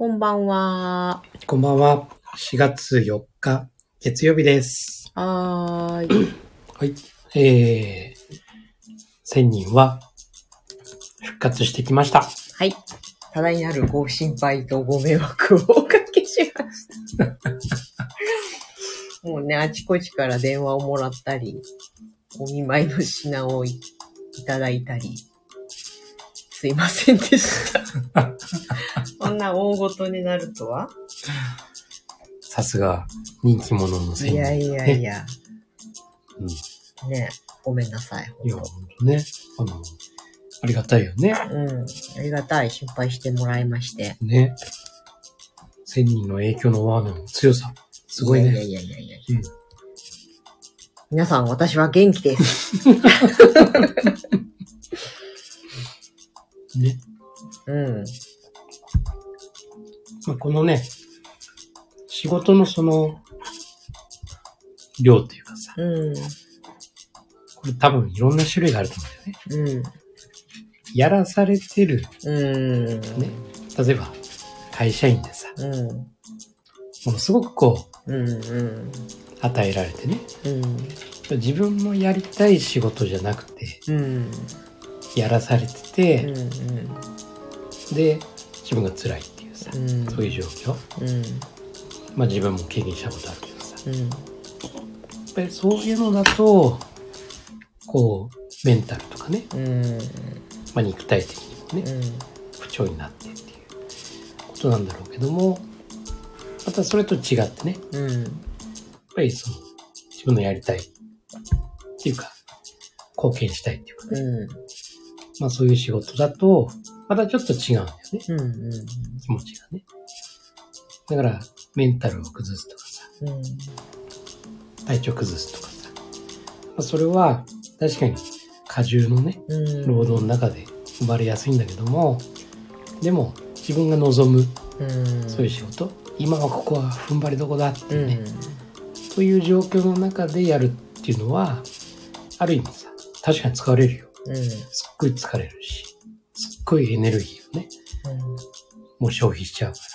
こんばんは。 こんばんは。4月4日、月曜日です。 はーい。 はい。1000人は復活してきました。 はい。多大なるご心配とご迷惑をおかけしました。もうね、あちこちから電話をもらったり、お見舞いの品をいただいたり、すいませんでした。こんな大ごとになるとは。 さすが人気者の1000人、ね。 いや。うん、ね、ごめんなさい。 いや、ほんとね。ありがたいよね。 ありがたい。心配してもらいまして。 ね。1000人の影響の輪の強さ。すごいね。 いや。皆さん、私は元気です。 ね。まあ、このね、仕事のその、量っていうかさ。これ多分いろんな種類があると思うんだよね。やらされてる。ね。例えば、会社員でさ。ものすごくこう、与えられてね。自分のやりたい仕事じゃなくて、やらされてて、で、自分が辛いっていうさ、そういう状況。まあ自分も経験したことあるけどさ。やっぱりそういうのだと、こう、メンタルとかね、まあ肉体的にもね、不調になってっていうことなんだろうけども、またそれと違ってね、やっぱりその、自分のやりたいっていうか、貢献したいっていうかね、まあそういう仕事だと、またちょっと違うんだよね、気持ちがね。だから、メンタルを崩すとかさ、体調崩すとかさ、まあ、それは確かに過重のね、労働の中で生まれやすいんだけども、でも自分が望む、そういう仕事、今はここは踏ん張りどこだっていうね、という状況の中でやるっていうのは、ある意味さ、確かに疲れるよ。すっごい疲れるし、すっごいエネルギーをね、もう消費しちゃうから、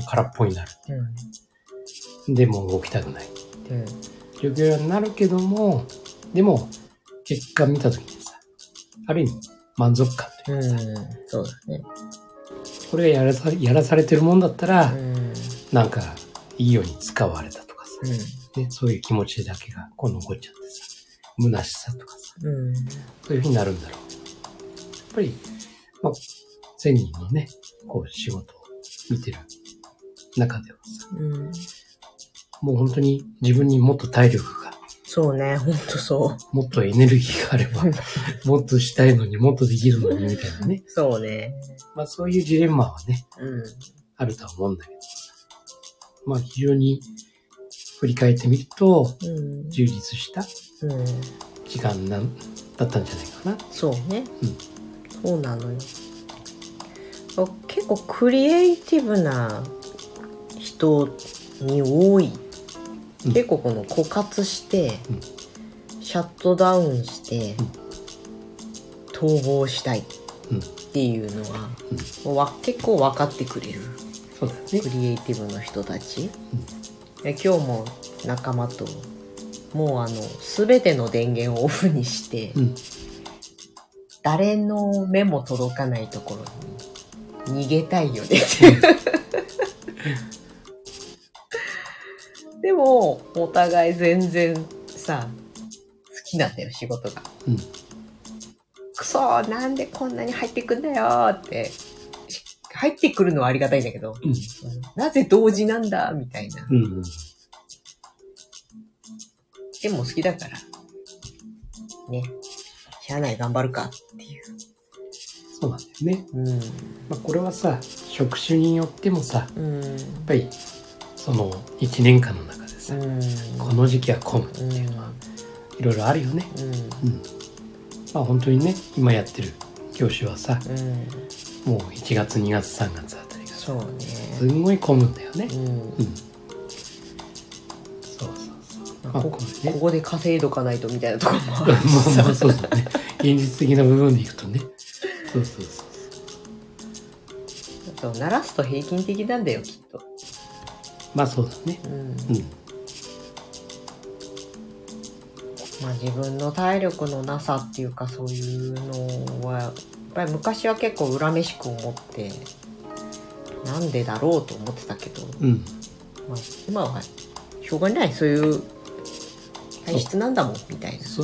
空っぽになるっていうかね。でも動きたくない。状況になるけども、でも結果見たときにさ、ある意味満足感というかさ、 そうだね。 これがやらされてるもんだったら、なんかいいように使われたとかさ、ね、そういう気持ちだけがこう残っちゃってさ、虚しさとかさ、そういうふうになるんだろう。やっぱり、まあ、1000人のね、こう仕事を見てる中ではさ、もう本当に自分にもっと体力が、 そうね、ほんとそう。 もっとエネルギーがあれば、もっとしたいのにもっとできるのにみたいなね。 そうね。 まあそういうジレンマはね、あるとは思うんだけど、まあ非常に振り返ってみると、充実した時間だったんじゃないかな。 そうね。そうなのよ。結構クリエイティブな人に多い。結構この枯渇して、シャットダウンして、逃亡したいっていうのは、結構分かってくれる。 そうだね。 クリエイティブの人たち。今日も仲間と、もう全ての電源をオフにして、誰の目も届かないところに逃げたいよねでもお互い全然さ好きなんだよ仕事が、くそーなんでこんなに入ってくんだよって入ってくるのはありがたいんだけど、なぜ同時なんだみたいな、でも好きだからね、しゃあない頑張るかっていう。 そうなんだよね。まあ、これはさ、職種によってもさ、やっぱりその1年間の中でさ、この時期は混むっていうのはいろいろあるよね。まあ本当にね、今やってる業種はさ、もう1月2月3月あたりがさ、すんごい混むんだよね。 まあ、ここで稼いどかないとみたいなところもあるしさまあそうだね。現実的な部分でいくとね。そう。 そう、鳴らすと平均的なんだよ、きっと。 まあそうだね。 まあ自分の体力のなさっていうか、そういうのは、やっぱり昔は結構恨めしく思って、なんでだろうと思ってたけど、まあ、今はしょうがない、そういう体質なんだもん、みたいな。 そう。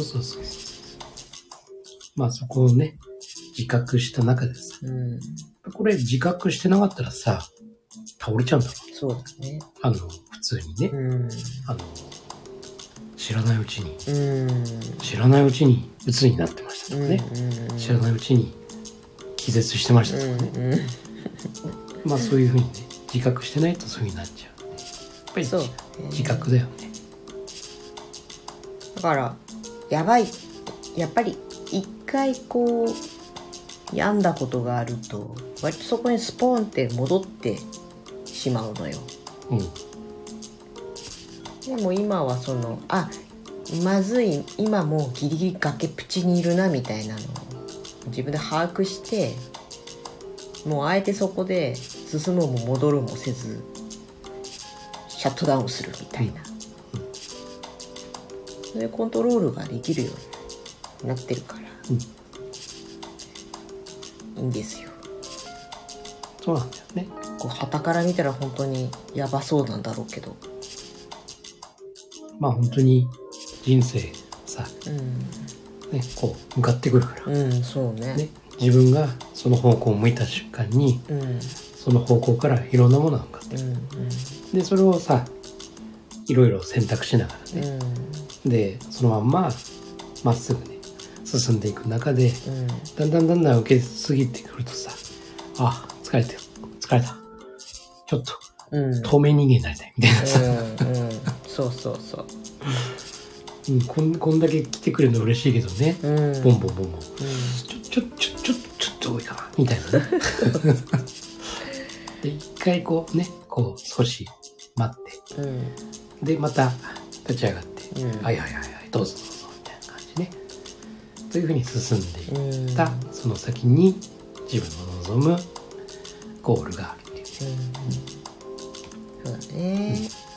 まあそこをね、自覚した中でさ、これ自覚してなかったらさ、倒れちゃうんだろう。 そうだね。 普通にね、知らないうちに、鬱になってましたとかね、知らないうちに気絶してましたとかね、まあそういうふうにね、自覚してないとそういうふうになっちゃう、ね。やっぱり自覚だよね。 だからやばい、やっぱり一回こう病んだことがあると割とそこにスポーンって戻ってしまうのよ。でも今はまずい、今もうギリギリ崖っぷちにいるなみたいなのを自分で把握して、もうあえてそこで進むも戻るもせずシャットダウンするみたいな、それでコントロールができるようになってるから、いいんですよ。 そうなんだよね。 こう傍から見たら本当にやばそうなんだろうけど、 まあ本当に人生さ、ね、こう向かってくるから、 そうね。 自分がその方向を向いた瞬間に、その方向からいろんなものが向かってくる、でそれをさ、いろいろ選択しながらね、でそのまんままっすぐね進んでいく中で、だんだん受けすぎてくるとさ、あ、疲れた、ちょっと、透明人間になりたいみたいなさ、 そう、 こんだけ来てくれるの嬉しいけどね、ボンボン、ちょっと多いかなみたいなね。で一回こうね、こう少し待って、でまた立ち上がって、はいどうぞみたいな感じね。というふうに進んでいった、その先に自分の望むゴールがあるっていう、 そうだね。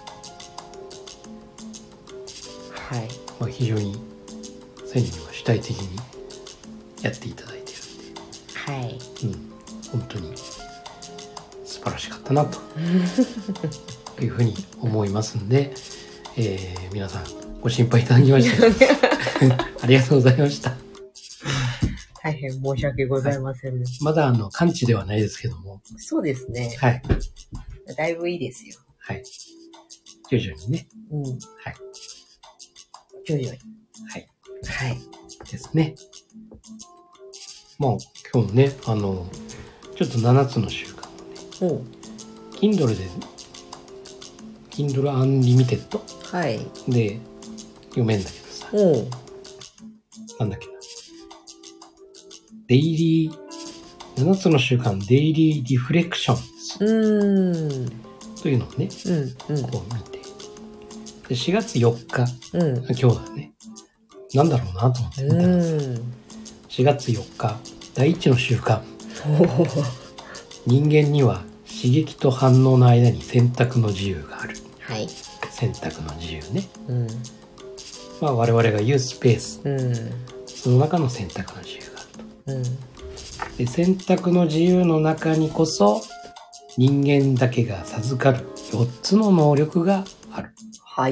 はい。 まあ、非常に1000人は主体的にやっていただいてるんで、 はい。 本当に素晴らしかったなというふうに思いますんで、皆さんご心配いただきましてありがとうございました。 大変申し訳ございませんね。 まだ完治ではないですけども。 そうですね。 はい。 だいぶいいですよ。 はい。徐々にね。はい。 徐々に。 はい。 はい。 ですね。もう今日ね、ちょっと7つの習慣をね、Kindle で、Kindle Unlimited、 はい、 で読めんだけどさ、なんだっけな、デイリー、7つの習慣デイリーリフレクションというのをね、こう見て、で4月4日、今日だね、なんだろうなと思って見たらさ、4月4日第1の習慣、人間には刺激と反応の間に選択の自由がある。はい。選択の自由ね。まあ我々が言うスペース、その中の選択の自由があると。で選択の自由の中にこそ人間だけが授かる4つの能力がある。はい。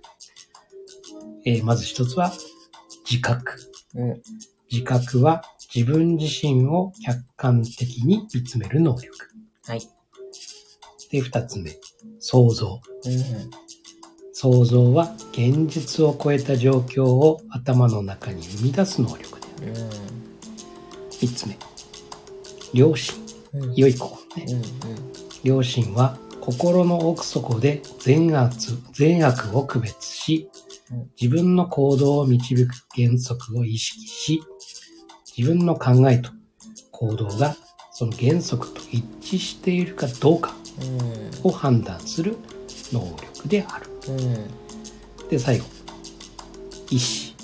まず一つは自覚。自覚は自分自身を客観的に見つめる能力。はい。で、二つ目、想像。想像は現実を超えた状況を頭の中に生み出す能力である。三つ目、良心。良い心ね。良心は心の奥底で善悪を区別し、自分の行動を導く原則を意識し、自分の考えと行動がその原則と一致しているかどうかを判断する能力である。で、最後、意志。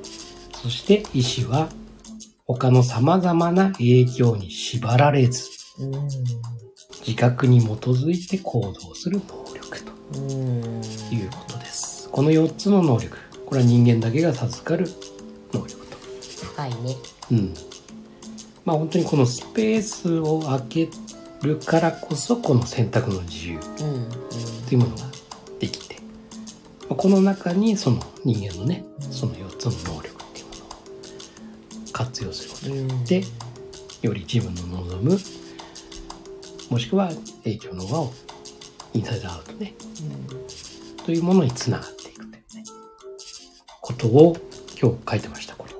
そして意志は他の様々な影響に縛られず、 自覚に基づいて行動する能力ということです。この4つの能力、これは人間だけが授かる能力と。 深いね。 まあ本当にこのスペースを空けるからこそ、この選択の自由というものができて、この中にその人間のね、その4つの能力っていうものを活用することによって、より自分の望む、もしくは影響の輪をインサイドアウトね、というものにつながっていくというね、ことを今日書いてました、これ。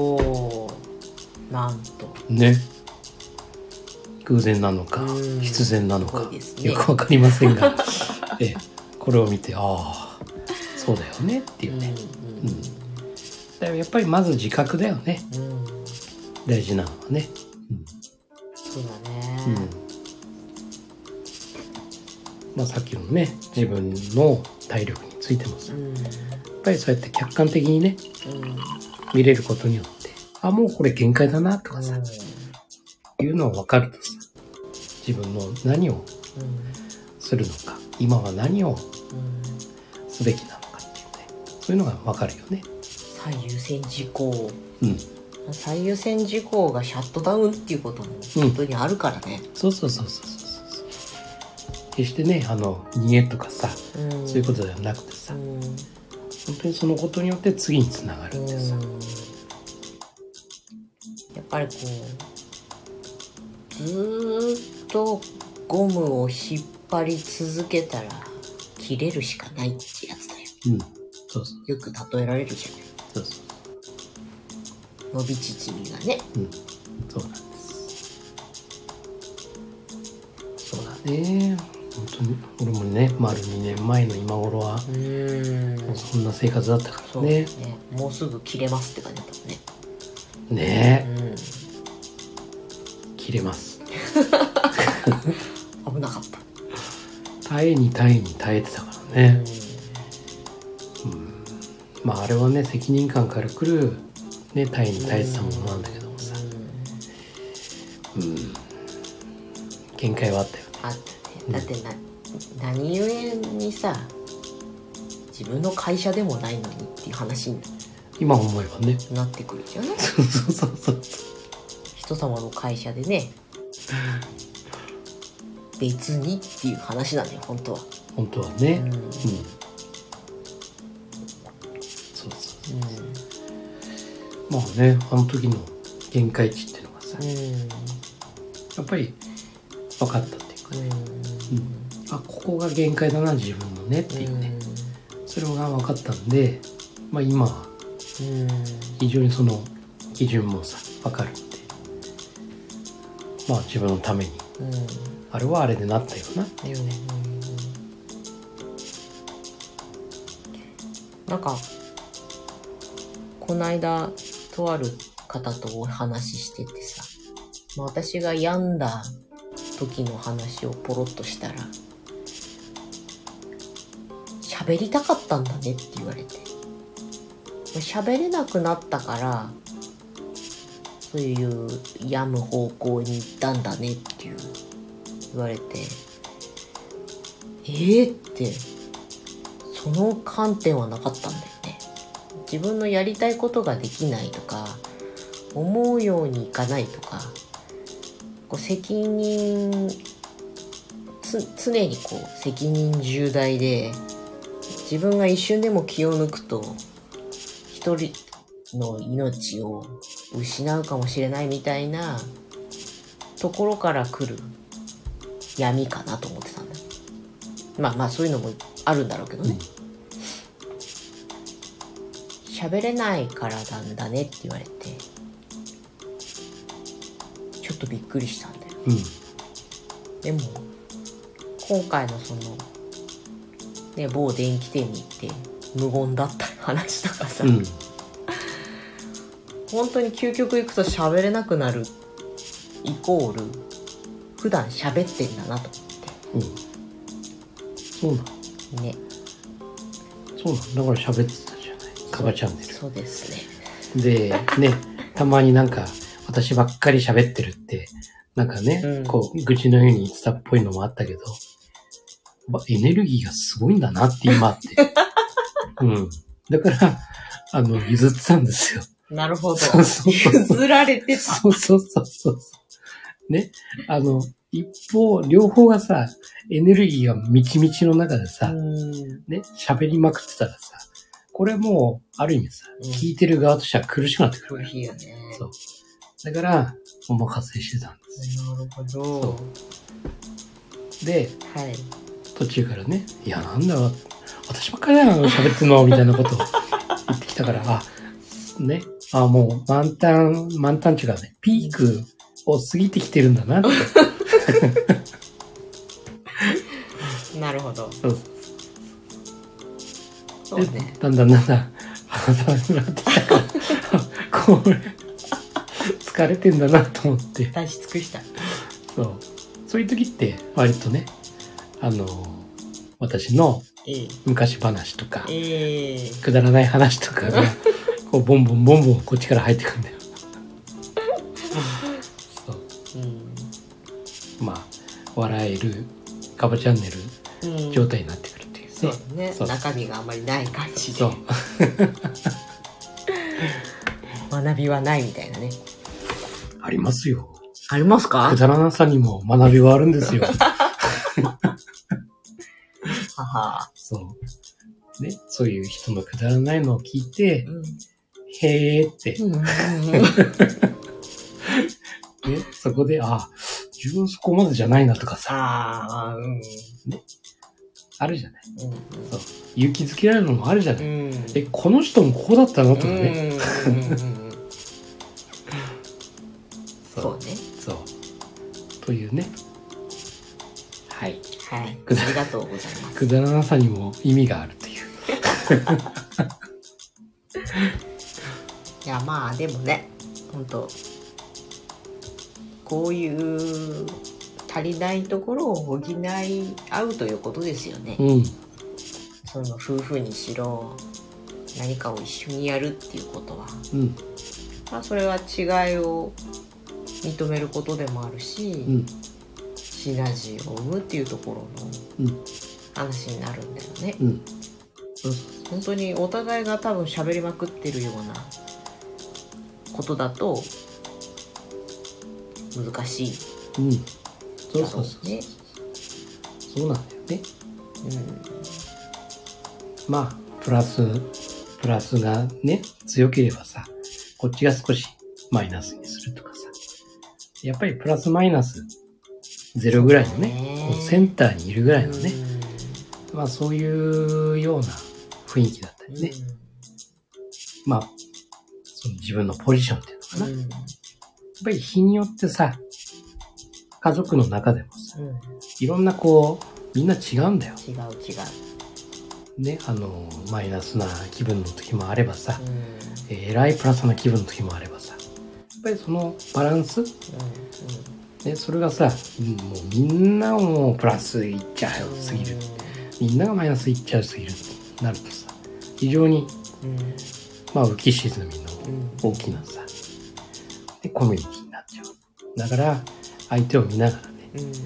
なんと。 ね。偶然なのか、必然なのか、よくわかりませんが、これを見て、そうだよねっていうね。だからやっぱりまず自覚だよね。大事なのはね。 そうだね。 まあさっきのね、自分の体力についてもさ、やっぱりそうやって客観的にね、見れることによって、もうこれ限界だなとかさ、いうのが分かるとさ、自分の何をするのか、今は何をすべきなのかっていうね、そういうのが分かるよね。 最優先事項。最優先事項がシャットダウンっていうことも本当にあるからね。 そう。決してね、逃げとかさ、そういうことではなくてさ、本当にそのことによって次につながるんでさ。 やっぱりこうずーっとゴムを引っ張り続けたら切れるしかないってやつだよ。よく例えられるじゃない。伸び縮みがね。 そうなんです。そうだね。本当に俺もね、丸2年前の今頃はもうそんな生活だったからね。 もうすぐ切れますって感じだったもんね。 ねえ、切れます。 危なかった。 耐えに耐えてたからね。まああれはね、責任感から来るね、耐えに耐えてたものなんだけどもさ、限界はあったよね。 あったね。だって何故にさ、自分の会社でもないのにっていう話に今思えばねなってくるじゃない。 そう人様の会社でね、別にっていう話なんだよ、本当はね。 そうまあね、あの時の限界値っていうのがさ、やっぱり分かったっていうかね、ここが限界だな自分のねっていうね、それが分かったんで、まあ今は非常にその基準もさ分かるんで、まあ自分のために、あれはあれでなったよなっていうね。 なんかこの間とある方とお話ししててさ、私が病んだ時の話をポロッとしたら、喋りたかったんだねって言われて、喋れなくなったからそういう病む方向に行ったんだねっていう言われて、ってその観点はなかったんだよね。自分のやりたいことができないとか、思うようにいかないとか、こう責任常にこう責任重大で、自分が一瞬でも気を抜くと一人の命を失うかもしれないみたいなところから来る闇かなと思ってたんだ。まあそういうのもあるんだろうけどね。喋れないからなんだねって言われて、ちょっとびっくりしたんだよ。でも今回のそのね、某電気店に行って無言だった話とかさ、本当に究極いくと喋れなくなるイコール普段喋ってんだなと思って。 そうなんね。 そうなんだから喋ってたじゃない、カバチャンネル。 そうですね。 でね、たまになんか私ばっかり喋ってるってなんかね、こう、愚痴のように言ってたっぽいのもあったけど、エネルギーがすごいんだなって今って。だから、譲ってたんですよ。 なるほど。 そうそうそう譲られてた。 そうそうそうそう。ね。一方、両方がさ、エネルギーがみちみちの中でさ、ね、喋りまくってたらさ、これもう、ある意味さ、聞いてる側としては苦しくなってくる。 苦しいよね。 そう。だから、お任せしてたんですよ。 なるほど。 で、 はい。 途中からね、いや、なんだろう、私ばっかりだよ、喋ってんの、みたいなことを言ってきたから、もう満タンっていうかね、ピークを過ぎてきてるんだなって。 なるほど。そうね。 だんだん話さなくなってきたから、これ、疲れてんだなと思って。 出し尽くした。 そういう時って、割とね、私の昔話とか、くだらない話とかが、こうボンボンこっちから入ってくるんだよ。そう。まあ、笑えるカバチャンネル状態になってくるっていうね。 そうね。中身があんまりない感じで。 そう。 学びはないみたいなね。 ありますよ。 ありますか？ くだらなさにも学びはあるんですよ。 はは。 そう。ね、そういう人のくだらないのを聞いて、へーって。ね、そこで、自分そこまでじゃないなとかさ。ね。あるじゃない。そう。勇気づけられるのもあるじゃない。この人もこうだったのとかね。 そうね。 そう。というね。はい。 はい。ありがとうございます。 くだらなさにも意味があるという。 いや、まあでもね、本当こういう足りないところを補い合うということですよね。その夫婦にしろ、何かを一緒にやるっていうことは、まあそれは違いを認めることでもあるし、シナジーを生むっていうところの話になるんだよね。本当にお互いが多分喋りまくってるようなことだと難しい。 そうそうそう。ね。そうなんだよね。まあプラスがね強ければさ、こっちが少しマイナスにするとかさ、やっぱりプラスマイナスゼロぐらいのね、こうセンターにいるぐらいのね、まあそういうような雰囲気だったりね。まあその自分のポジションっていうのかな。やっぱり日によってさ、家族の中でもさ、いろんなこうみんな違うんだよ。 違う。 ね、マイナスな気分の時もあればさ、えらいプラスな気分の時もあればさ、やっぱりそのバランス、ね、それがさ、もうみんなもプラスいっちゃうすぎる、みんながマイナスいっちゃうすぎるってなるとさ、非常に、まあ浮き沈みの大きなさ、でコミュニティになっちゃう。だから相手を見ながらね、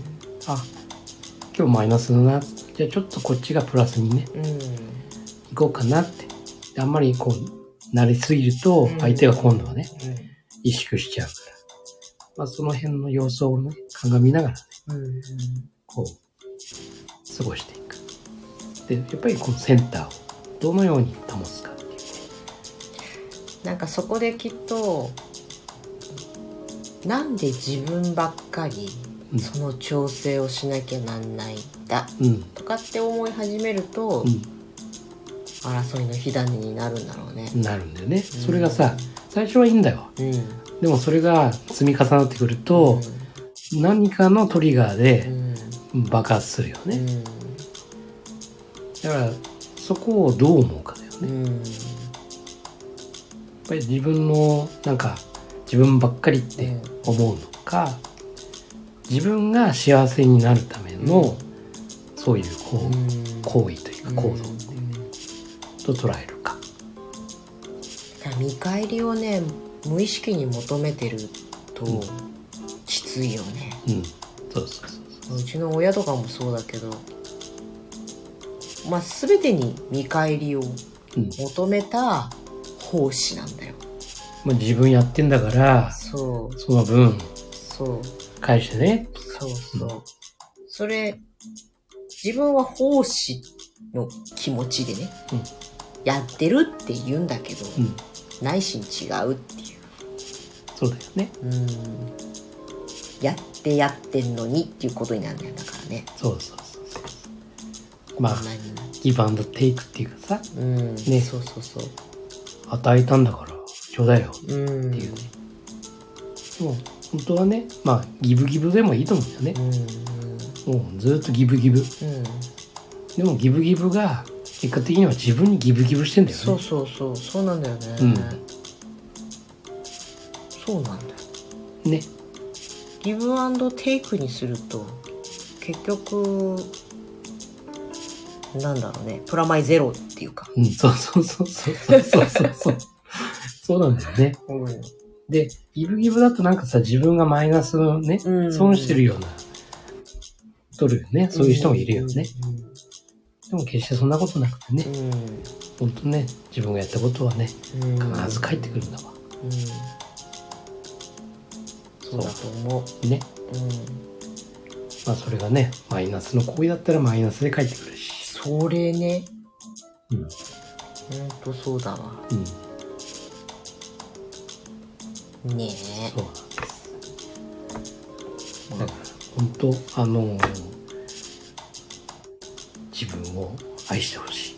今日マイナスだな、じゃあちょっとこっちがプラスにね、行こうかなって。あんまりこうなりすぎると相手が今度はね、萎縮しちゃうから、まあその辺の様子をね鑑みながらね、こう過ごしていく。でやっぱりこのセンターをどのように保つかっていうね。 なんかそこできっと、なんで自分ばっかりその調整をしなきゃなんないんだ、とかって思い始めると、争いの火種になるんだろうね。 なるんだよね。それがさ、最初はいいんだよ。でもそれが積み重なってくると、何かのトリガーで爆発するよね。だからそこをどう思うかだよね。やっぱり自分のなんか自分ばっかりって思うのか、自分が幸せになるための、そういう行為というか行動と捉えるか。 見返りをね無意識に求めてると、きつついよね。 そうそうそう。 うちの親とかもそうだけど、まあ全てに見返りを求めた奉仕なんだよ。 まあ、自分やってんだから、その分、返してね。 それ、自分は奉仕の気持ちでね、やってるって言うんだけど、内心違うっていう。 そうだよね。 やってんのにっていうことになるんだよ、だからね。 そう。まあ、ギブアンドテイクっていうかさ、ね。 そう。 与えたんだから、ちょうだいよっていうね。でも、本当はね、まあ、ギブでもいいと思うんだよね。もうずっとギブ。でもギブが、結果的には自分にギブしてんだよね。 そうなんだよね。そうなんだよ。 ね。 ギブアンドテイクにすると、結局、なんだろうね、プラマイゼロっていうか。 そう。そうなんだよね。で、ギブだとなんかさ、自分がマイナスのね、損してるような、取るよね。そういう人もいるよね。でも決してそんなことなくてね。本当ね、自分がやったことはね、必ず返ってくるんだわ。 そうだと思う。 ね。まあそれがね、マイナスの行為だったらマイナスで返ってくるし。 それね。ほんとそうだわ。ねえ。 そうなんです。だから本当自分を愛してほしい。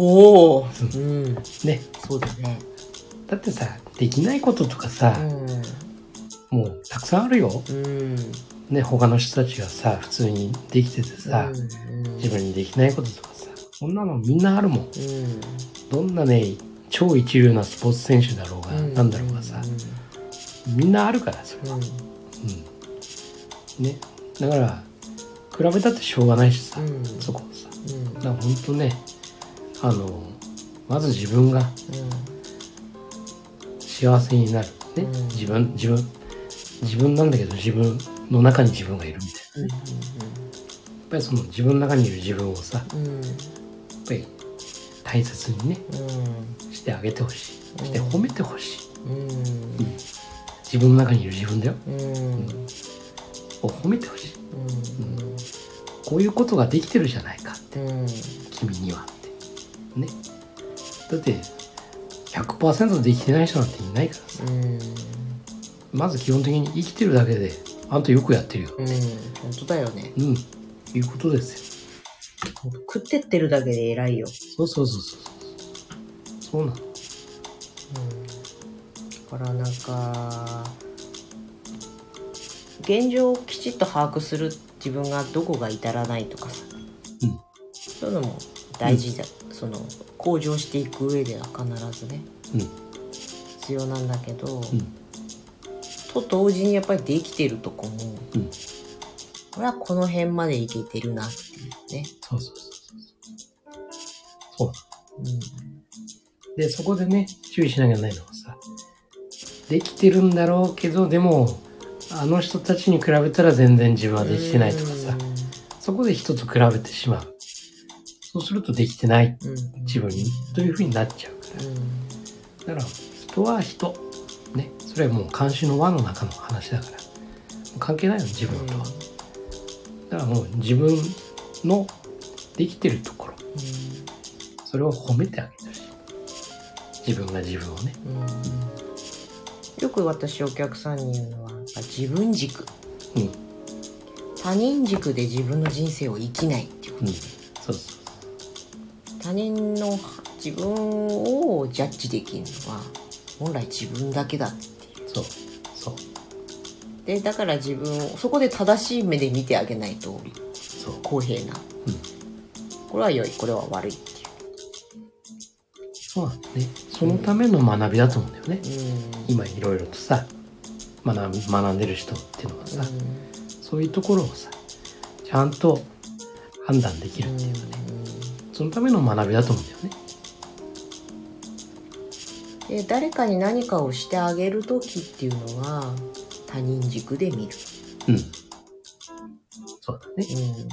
ね。 そうだね。 だってさ、できないこととかさ、もうたくさんあるよ。ね、他の人たちがさ、普通にできててさ、自分にできないこととかさ、そんなのみんなあるもん。どんなね、超一流なスポーツ選手だろうが、なんだろうがさ、みんなあるから、それは。ね。だから、比べたってしょうがないしさ、そこをさ。だから本当ね、まず自分が幸せになる。ね。自分なんだけど自分の中に自分がいるみたいなね。やっぱりその自分の中にいる自分をさ、やっぱり大切にね、してあげてほしい。して褒めてほしい。自分の中にいる自分だよ。を褒めてほしい。こういうことができてるじゃないかって。君にはって。ね。だって、100% できてない人なんていないからさ。まず基本的に生きてるだけで、あんたよくやってるよって。 本当だよね。 いうことですよ。食ってってるだけで偉いよ。 そう。そうなの。 だからなんか、現状をきちっと把握する自分がどこが至らないとかさ。そういうのも大事だ。向上していく上では必ずね、必要なんだけど、と同時にやっぱりできてるとこも、俺はこの辺までいけてるなっていうね。 そう。で、そこでね、注意しなきゃいけないのはさ、できてるんだろうけど、でも、あの人たちに比べたら全然自分はできてないとかさ、そこで人と比べてしまう。そうするとできてない自分にというふうになっちゃうから。だから人は人。ね。それはもう監視の輪の中の話だから。関係ないの、自分とは。だからもう自分のできてるところ。それを褒めてあげてほしい。自分が自分をね。 よく私お客さんに言うのは、自分軸。他人軸で自分の人生を生きないっていうこと。他人の自分をジャッジできるのは本来自分だけだっていう。でだから自分をそこで正しい目で見てあげないと公平な、これは良い、これは悪いっていう。 そうなんだね。そのための学びだと思うんだよね。今いろいろとさ学んでる人っていうのはさ、そういうところをさちゃんと判断できるっていうかね、そのための学びだと思うんだよね。 で誰かに何かをしてあげる時っていうのは他人軸で見る。 うん。そうだね。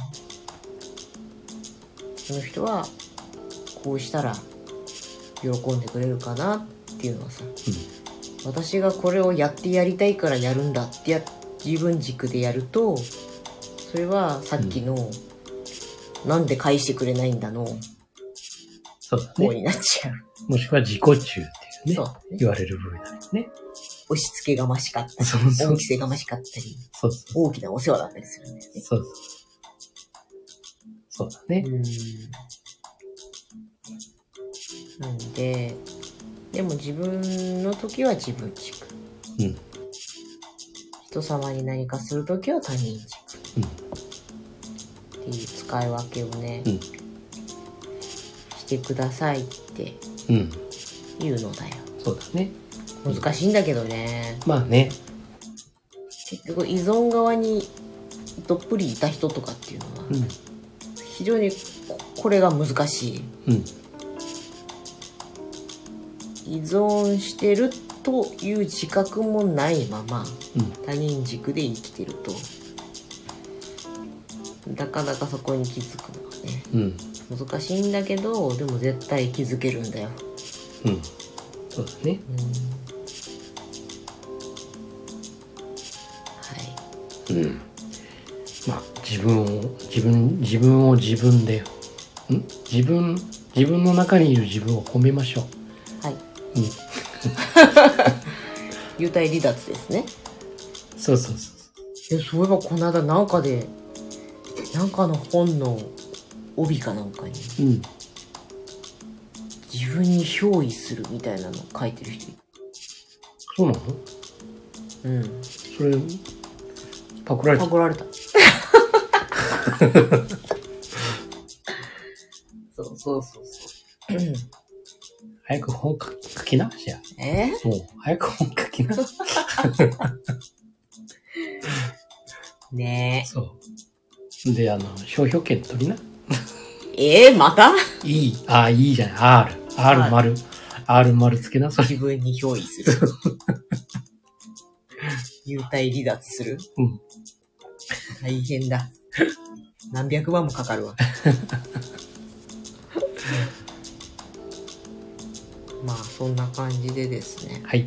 その人は、こうしたら喜んでくれるかなっていうのはさ、私がこれをやってやりたいからやるんだって自分軸でやると、それはさっきの、なんで返してくれないんだの、 そうだね。 方になっちゃう。 もしくは自己中っていうね。 そうね。 言われる部分だよね。 押し付けがましかったり、 そうそう恩着せがましかったり、 そうそう大きなお世話だったりするんですね。 そうそうだね。 なんで、でも自分の時は自分軸。人様に何かする時は他人軸。っていう使い分けをね、してくださいって言うのだよ。 そうだね。 難しいんだけどね。 まあね。 結局依存側にどっぷりいた人とかっていうのは、非常にこれが難しい。依存してるという自覚もないまま、他人軸で生きてると、なかなかそこに気づくのはね、難しいんだけど、でも絶対気づけるんだよ。 そうだね。 はい。 まあ自分を自分で、自分の中にいる自分を褒めましょう。 はい。幽体離脱ですね。 そう。 そういえばこの間なんかの本の帯かなんかに、自分に憑依するみたいなの書いてる人いる。 そうなの？それパクられた。そう。早く本書きな、じゃあ。もう早く本書きな。 ねえ。 そう。で、商標権取りな。 また？ いいじゃない。R 丸つけな、それ。 自分に憑依する。幽体離脱する。大変だ。何百万もかかるわ。まあそんな感じでですね。 はい。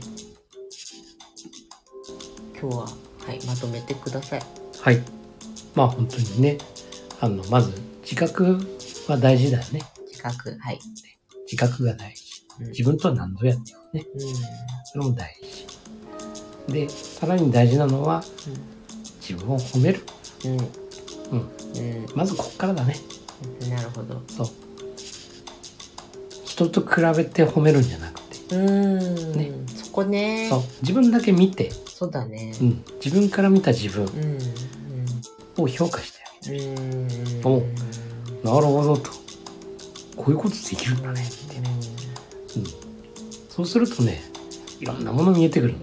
今日はまとめてください。 はい。まあ本当にね、まず自覚は大事だよね。 自覚が大事。 自分とは何ぞやっていうね。それも大事。で、さらに大事なのは、自分を褒める。まずこっからだね。 なるほど。 そう。人と比べて褒めるんじゃなくて。 ね。そこね。 そう。自分だけ見て。 そうだね。 自分から見た自分を評価してあげる。なるほどと。こういうことできるんだねってね。そうするとね、いろんなもの見えてくるの。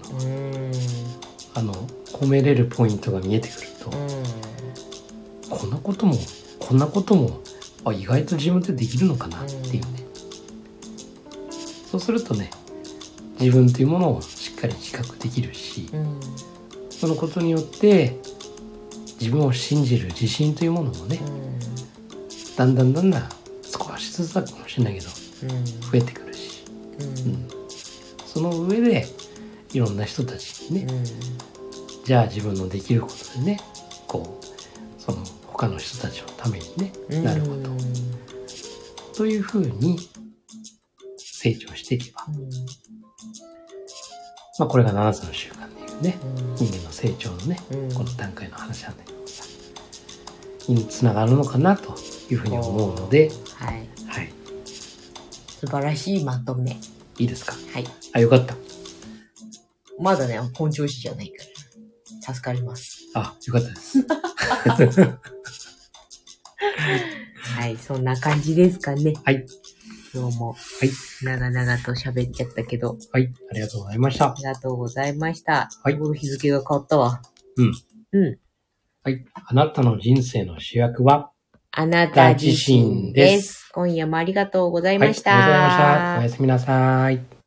褒めれるポイントが見えてくると、こんなことも意外と自分ってできるのかなっていうね。そうするとね、自分というものをしっかり自覚できるし、そのことによって自分を信じる自信というものもね、だんだん少しずつだかもしれないけど、増えてくるし、その上でいろんな人たちにね、じゃあ自分のできることでね、その他の人たちのためにね、なることというふうに成長していけば、まあこれが7つの習慣っていうね、人間の成長のね、この段階の話なんだけどさ、につながるのかなというふうに思うので、 はい。素晴らしいまとめ。 いいですか？ はい。 あ、よかった。 まだね、本調子じゃないから、助かります。 あ、よかったです。 はい、そんな感じですかね。 はい。 今日も、長々と喋っちゃったけど。 はい、ありがとうございました。 ありがとうございました。 はい。 日付が変わったわ。 はい。あなたの人生の主役はあなた自身です。今夜もありがとうございました。 ありがとうございました。おやすみなさい。